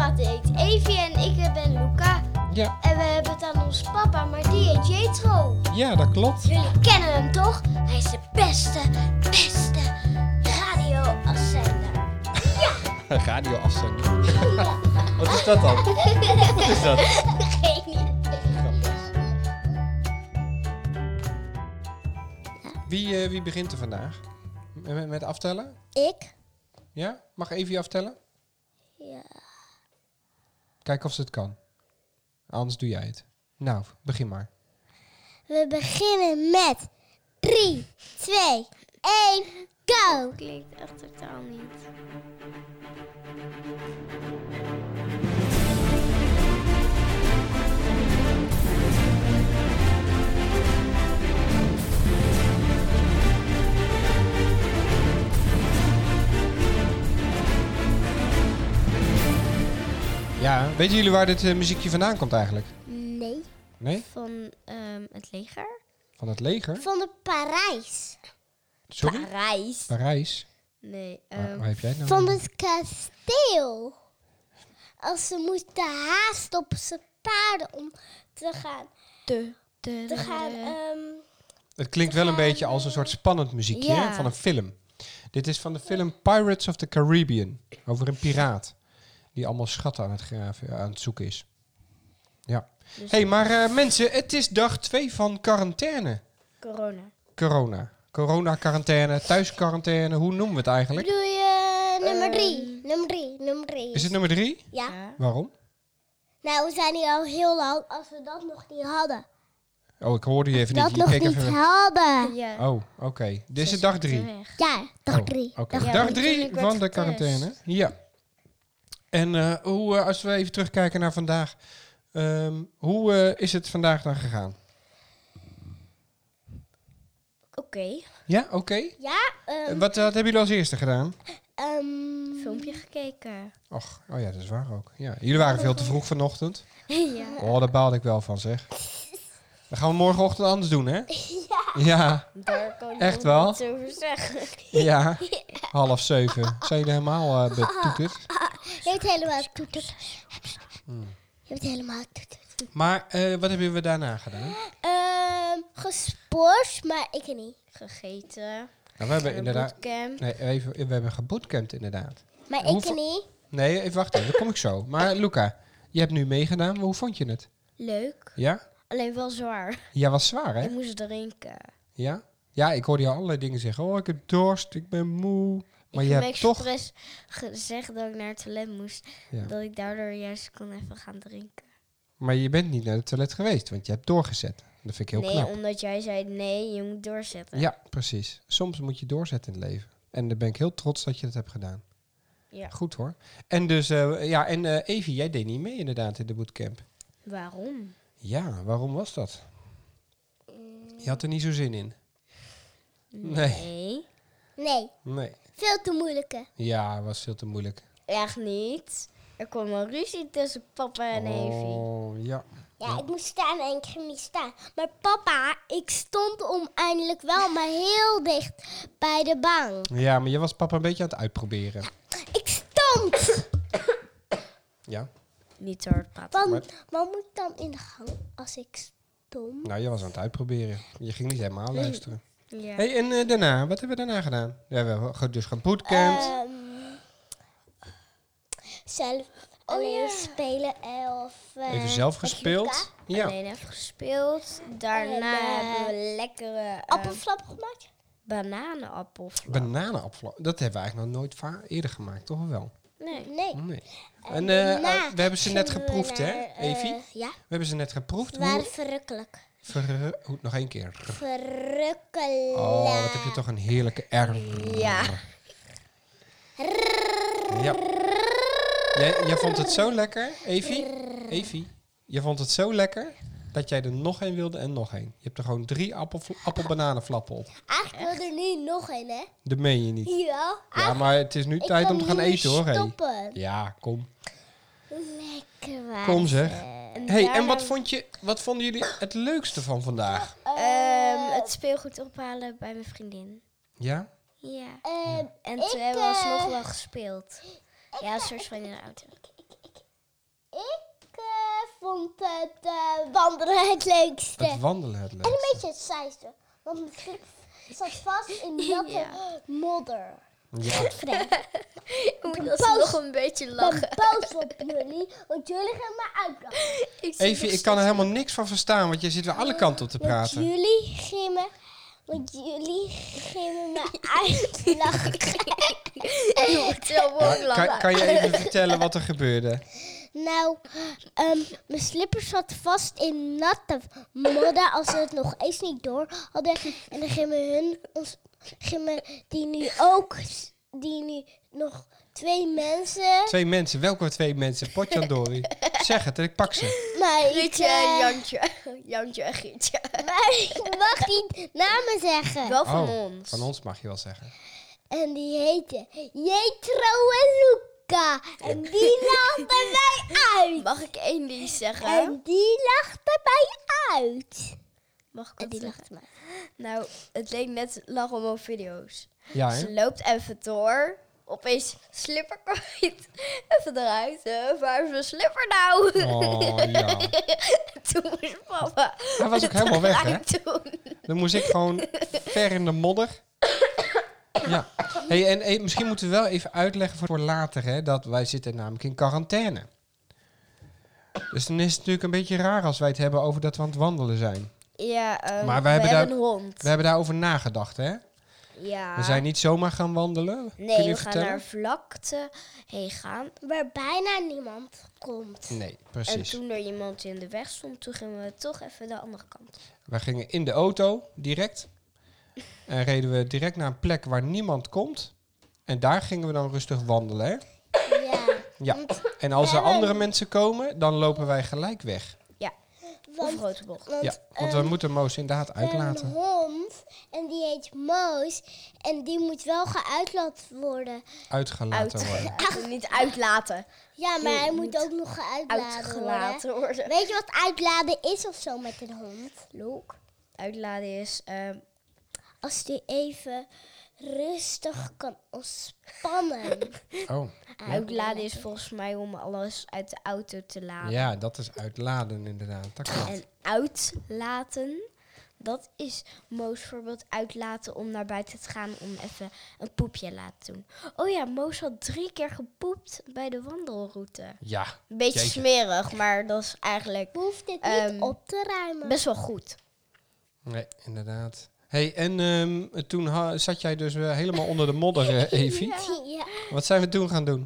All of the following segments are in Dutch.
schat heet Evie en ik ben Luca. Ja. En we hebben het aan ons papa, maar die heet Jetro. Ja, dat klopt. Jullie kennen hem toch? Hij is de beste radioafzender. Radioafzender. Wat is dat dan? Wat is dat? Geen idee. Wie begint er vandaag? Met aftellen? Ik? Ja? Mag Evie aftellen? Ja. Kijk of ze het kan. Anders doe jij het. Nou, begin maar. We beginnen met 3, 2, 1, go! Klinkt echt totaal niet. Ja, weten jullie waar dit muziekje vandaan komt eigenlijk? Nee. Nee? Van het leger? Van het leger? Van de Parijs. Sorry? Parijs? Nee. Waar heb jij het nou? Van het kasteel. Als ze moesten haast op zijn paarden om te gaan. Het klinkt wel een beetje als een soort spannend muziekje Ja. hè, van een film. Dit is van de film Pirates of the Caribbean. Over een piraat. Die allemaal schatten aan het zoeken is. Ja. Dus Hey, maar mensen, het is dag 2 van quarantaine. Corona, quarantaine, thuisquarantaine. Hoe noemen we het eigenlijk? Bedoel je nummer 3? Is het nummer 3? Ja. Waarom? Nou, we zijn hier al heel lang als we dat nog niet hadden. Oh, ik hoorde je even Dat niet. Je nog keek niet even. hadden. Ja. Oh, oké. Dit is het dag 3. Ja, dag 3. Oké. Ja, Dag toen 3 ik werd van de getest. quarantaine. Ja. En als we even terugkijken naar vandaag. Hoe is het vandaag dan gegaan? Oké. Ja, oké. Ja, Wat hebben jullie als eerste gedaan? Filmpje gekeken. Och, oh ja, dat is waar ook. Ja. Jullie waren veel te vroeg vanochtend. Ja. Oh, daar baalde ik wel van, zeg. Dat gaan we morgenochtend anders doen, hè? Ja. Daar kan ik Echt nog wel? niets over zeggen. Ja. 6:30. Zijn jullie helemaal betoeterd? je hebt helemaal toeterd. Je hebt helemaal toeterd. Maar wat hebben we daarna gedaan? Gesport, maar ik niet. Gegeten. Nou, we hebben Een inderdaad... bootcamp. Nee, we hebben gebootcampt inderdaad. Maar Hoeveel- ik niet. Nee, even wachten. Daar kom ik zo. Maar Luca, je hebt nu meegedaan. Maar hoe vond je het? Leuk. Ja? Alleen wel zwaar. Ja, was zwaar, hè? Ik moest drinken. Ja? Ja, ik hoorde jou allerlei dingen zeggen. Oh, ik heb dorst, ik ben moe. Maar Ik je heb hebt toch... expres gezegd dat ik naar het toilet moest. Ja. Dat ik daardoor juist kon even gaan drinken. Maar je bent niet naar het toilet geweest, want je hebt doorgezet. Dat vind ik heel Nee, knap. omdat jij zei nee, je moet doorzetten. Ja, precies. Soms moet je doorzetten in het leven. En daar ben ik heel trots dat je dat hebt gedaan. Ja. Goed hoor. En dus, Evie, jij deed niet mee inderdaad in de bootcamp. Waarom? Ja, waarom was dat? Je had er niet zo zin in. Nee. Nee. Veel te moeilijke. Ja, was veel te moeilijk. Echt niet. Er kwam een ruzie tussen papa en Evie. Oh, ja. Ja, ik moest staan en ik ging niet staan. Maar papa, ik stond eindelijk wel, maar heel dicht bij de bank. Ja, maar je was papa een beetje aan het uitproberen. Ik stond! Ja. Niet zo hard praten. Want wat moet ik dan in de gang als ik stond? Nou, je was aan het uitproberen. Je ging niet helemaal luisteren. Ja. Hey, en daarna? Wat hebben we daarna gedaan? Ja, we hebben dus gebootcampt. Zelf alleen spelen of... Even zelf gespeeld. Ja. Alleen even gespeeld. Daarna En, hebben we lekkere appelflap gemaakt? bananenappelflap. Bananenappel. Dat hebben we eigenlijk nog nooit eerder gemaakt, toch wel? Nee. Nee. Nee. En En we hebben ze net gingen we geproefd, hè, naar, Evie? Ja, We hebben ze net geproefd. het waren verrukkelijk. Nog één keer. Verrukkelijk. Oh, wat heb je toch een heerlijke R. Ja. Ja. Jij vond het zo lekker, Evie? Evie, je vond het zo lekker dat jij er nog één wilde en nog één. Je hebt er gewoon 3 appelbananenflappen op. Eigenlijk wil er nu nog een, hè? Dat meen je niet. Ja. Ja, maar het is nu Ik tijd kan om te gaan nu eten, hoor. Hey. stoppen. Ja, kom. Lekker waar. Kom zeg. En Hey, en daarna- wat vonden jullie het leukste van vandaag? het speelgoed ophalen bij mijn vriendin. Ja? Ja. En toen hebben we alsnog wel gespeeld. Ja, een soort van in de auto. vond het wandelen het leukste. Het wandelen het En leukste. een beetje het saaiste. Want mijn slip zat vast in natte modder. Ja. Fred, Moet dat Paus. nog een beetje ik ben lachen. boos op jullie, want jullie gaan me uitlachen. Evie, ik kan er helemaal niks van verstaan, want je zit weer alle kanten op te Want praten. jullie gingen me uitlachen. Je moet zelf ook lachen. Kan je even vertellen wat er gebeurde? Nou, mijn slipper zat vast in natte modder als ze het nog eens niet door hadden. En dan gingen die nu nog 2 mensen. 2 mensen. Welke 2 mensen? Potjandori. Zeg het, ik pak ze. Maar ik, Grietje en Jantje. Jantje en Grietje. maar ik mag niet namen zeggen. Wel van Oh, ons. van ons mag je wel zeggen. En die heette Jetro en Luca. En die lachten mij uit. Mag ik één ding zeggen? En die lachten mij uit. Mag ik En wat die zeggen? lachten mij. Nou, het leek net Lagomo video's. Ja, hè? Ze loopt even door. Opeens slipper kwijt. Even eruit. Waar is mijn slipper nou? Oh, ja. Toen moest papa. Hij was ook helemaal weg, hè? eruit doen. Dan moest ik gewoon ver in de modder. Ja. Hey, en misschien moeten we wel even uitleggen voor later, hè, dat wij zitten namelijk in quarantaine. Dus dan is het natuurlijk een beetje raar als wij het hebben over dat we aan het wandelen zijn. Ja, Maar we we hebben daar- een hond. We hebben daarover nagedacht, hè? Ja. We zijn niet zomaar gaan wandelen. Kun Nee, je we gaan vertellen? naar vlakte heen gaan. Waar bijna niemand komt. Nee, En precies. toen er iemand in de weg stond, toen gingen we toch even de andere kant. Wij gingen in de auto, direct. En reden we direct naar een plek waar niemand komt. En daar gingen we dan rustig wandelen, hè? Ja. Ja. En als er andere mensen komen, dan lopen wij gelijk weg. Of Want, grote bocht. Ja, want we moeten Moos inderdaad we hebben een uitlaten. hond en die heet Moos. En die moet wel geuitlaten worden. Uitgelaten worden. Niet uitlaten. Ja, maar hij moet moet ook nog geuitlaten worden. Uitgelaten worden. Weet je wat uitladen is of zo met een hond? Look. Uitladen is... Als die even rustig kan ontspannen. Oh, Uitladen is volgens mij om alles uit de auto te laden. ja, dat is uitladen inderdaad. Dat klopt. En uitlaten, dat is Moos bijvoorbeeld uitlaten om naar buiten te gaan om even een poepje laten doen. Oh ja, Moos had 3 keer gepoept bij de wandelroute. Ja, Een beetje Jeetje. smerig, maar dat is eigenlijk Hoeft dit niet op te ruimen. best wel goed. nee, inderdaad. Hey, en toen zat jij dus helemaal onder de modder, Evie. Ja. Wat zijn we toen gaan doen?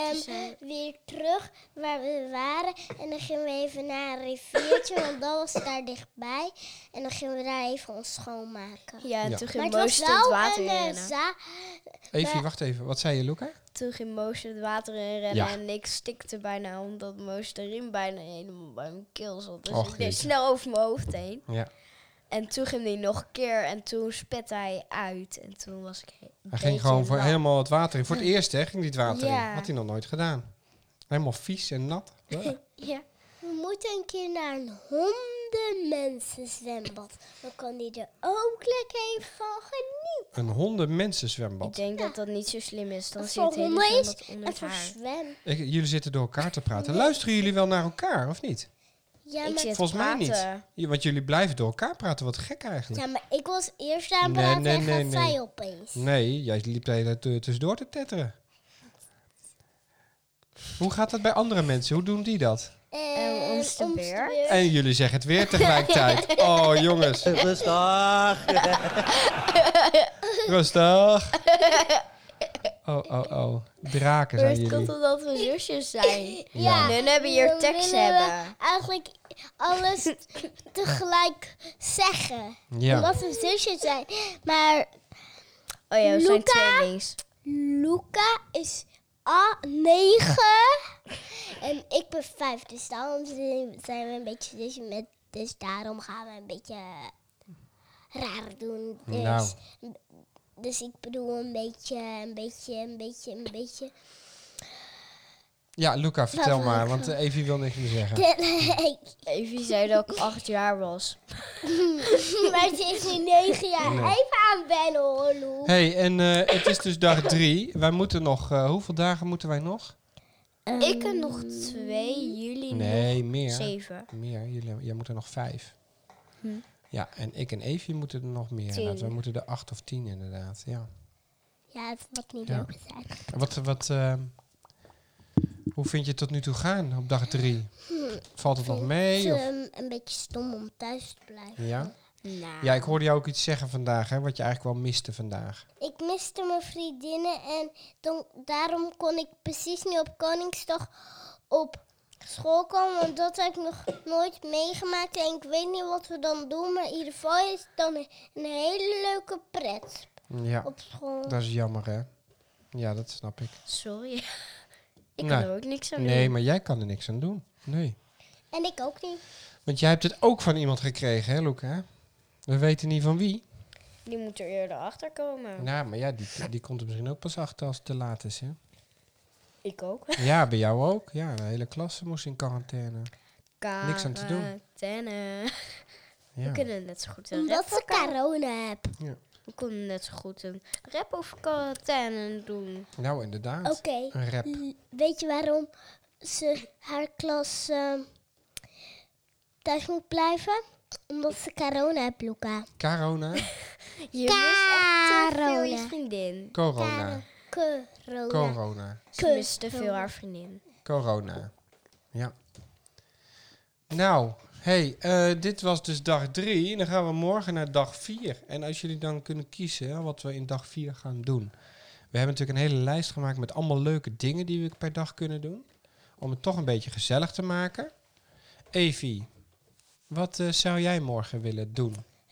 Weer terug waar we waren. En dan gingen we even naar een riviertje, want dat was daar dichtbij. En dan gingen we daar even ons schoonmaken. Ja, en Ja. toen Maar ging het Moos was het wel water in een rennen. Evie, wacht even. Wat zei je, Luca? Toen ging Moos het water in rennen Ja. en ik stikte bijna omdat Moos de riem bijna helemaal bij mijn keel zat. Dus Och, ik deed jeetje. snel over mijn hoofd heen. Ja. En toen ging hij nog een keer en toen spette hij uit. En toen was ik Hij ging gewoon voor helemaal het water in. Voor het eerst hè, ging hij het water Ja. in. Had hij nog nooit gedaan. Helemaal vies en nat. Ja. We moeten een keer naar een hondenmensenzwembad. Dan kan die er ook lekker even van genieten. Een honden-mensen Ik zwembad. denk dat dat niet zo slim is. Dan Dat zit het voor hele honden is zwembad onder en het voor haar. zwem. Jullie zitten door elkaar te praten. Luisteren jullie wel naar elkaar, of niet? Ja, Ik maar, zit Volgens mij niet. praten. Ja, want jullie blijven door elkaar praten. Wat gek eigenlijk. ja, maar ik was eerst aan het Nee, praten nee, en nee, gaat nee. zij opeens. Nee, jij liep de hele tijd tussendoor te tetteren. Hoe gaat dat bij andere mensen? Hoe doen die dat? ons de beer. En jullie zeggen het weer tegelijkertijd. Oh, jongens. Rustig. Rustig. Oh. Draken zijn Rustig jullie. omdat we zusjes zijn. Ja. Nun hebben hier Dan tekst willen we hebben. eigenlijk alles tegelijk zeggen. Ja. Omdat we zusjes zijn. Maar Oh ja, we zijn Luca? tweelings. Luca is 9 en ik ben 5. Dus daarom zijn we een beetje dus daarom gaan we een beetje raar doen. Dus, Nou. dus ik bedoel een beetje. Ja, Luca, vertel maar. Want Evie wil niks meer zeggen. Evie zei dat ik 8 jaar was. Maar ze is nu 9 jaar. Nee. Even aan wennen hoor, Lou. Hey, en het is dus dag 3. Wij moeten nog... hoeveel dagen moeten wij nog? Ik heb nog 2, jullie Nee, nog meer. 7. Meer. Jij moet er nog 5. Hm. Ja, en ik en Evie moeten er nog meer. 10. Nou, we moeten er 8 of 10 inderdaad. Ja. Ja, het wordt niet Ja. leuk zijn. Hoe vind je het tot nu toe gaan op dag 3? Valt het nog mee? Het Of? een beetje stom om thuis te blijven. Ja? Nou, Ja, ik hoorde jou ook iets zeggen vandaag, hè, wat je eigenlijk wel miste vandaag. Ik miste mijn vriendinnen en daarom kon ik precies niet op Koningsdag op school komen. Want dat heb ik nog nooit meegemaakt en ik weet niet wat we dan doen. Maar in ieder geval is het dan een hele leuke pret Ja, op school. dat is jammer, hè? Ja, dat snap ik. sorry. Ik Nou, kan er ook niks aan doen. Nee, maar jij kan er niks aan doen. Nee. En ik ook niet. Want jij hebt het ook van iemand gekregen, hè, Luca? We weten niet van wie. Die moet er eerder achter komen. Nou, maar ja, die komt er misschien ook pas achter als het te laat is, hè? Ik ook. Ja, bij jou ook. Ja, de hele klasse moest in quarantaine. Niks aan te doen. Quarantaine. We Ja. kunnen net zo goed een Omdat rap ze corona hebben. We kunnen net zo goed een rap over quarantaine doen. Nou, inderdaad. Oké. Een rap. Weet je waarom ze haar klas thuis moet blijven? Omdat ze corona heeft, Luca. Corona. Je mist echt te veel Corona. je vriendin. Corona. Corona. Corona. Ze mist te veel haar vriendin. Corona. Ja. Nou, dit was dus dag 3. En dan gaan we morgen naar dag 4. En als jullie dan kunnen kiezen hè, wat we in dag 4 gaan doen. We hebben natuurlijk een hele lijst gemaakt met allemaal leuke dingen die we per dag kunnen doen. Om het toch een beetje gezellig te maken. Evie, wat zou jij morgen willen doen?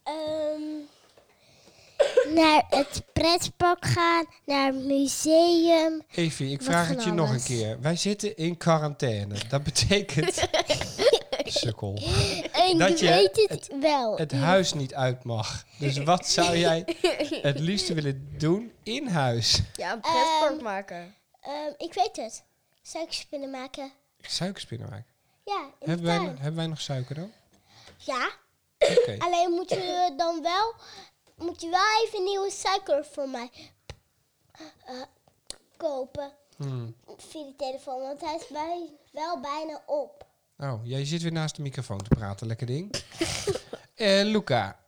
Naar het pretpark gaan, naar het museum. Evie, ik Wat vraag van het je nog een alles. keer. Wij zitten in quarantaine. Dat betekent... Sukkel. En Dat je je weet het wel. Het huis niet uit mag. Dus wat zou jij het liefste willen doen in huis? Ja, een pretpark maken. Ik weet het. Suikerspinnen maken. Suikerspinnen maken. Ja, in de Hebben tuin. wij nog suiker dan? Ja, Oké. alleen moet je dan wel... Moet je wel even nieuwe suiker voor mij kopen. Via de telefoon, want hij is wel bijna op. Oh, jij zit weer naast de microfoon te praten. Lekker ding. Luca,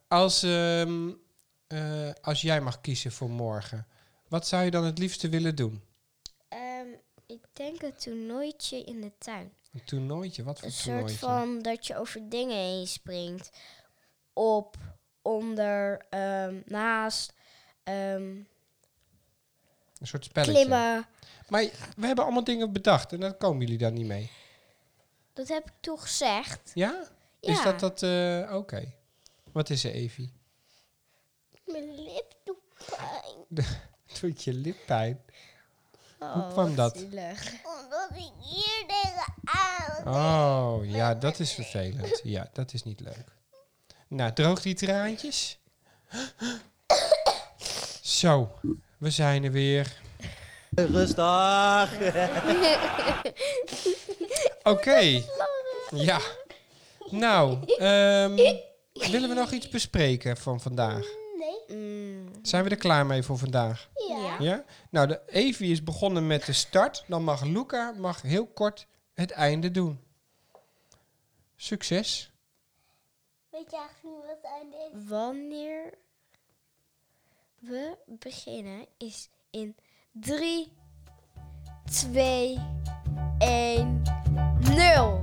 als jij mag kiezen voor morgen. Wat zou je dan het liefste willen doen? Ik denk een toernooitje in de tuin. Een toernooitje? Wat voor Een soort toernooitje? van dat je over dingen heen springt. Op, onder, naast, Een soort spelletje. klimmen. Maar we hebben allemaal dingen bedacht en daar komen jullie dan niet mee. Dat heb ik toch gezegd? Ja? Ja. Is dat oké. Wat is er, Evie? Mijn lip doet pijn. Doet je lip pijn? Oh, kwam wat dat? zielig. Omdat ik hier tegenaan. Oh, ja, dat is vervelend. Ja, dat is niet leuk. Nou, droog die traantjes. Zo, we zijn er weer. Rustig. Oké. Ja. Nou, willen we nog iets bespreken van vandaag? Nee. Zijn we er klaar mee voor vandaag? Ja. Ja? Nou, de Evie is begonnen met de start. Dan mag Luca heel kort het einde doen. Succes. Weet je eigenlijk niet wat het einde is? Wanneer we beginnen is in 3, 2, 1, 0.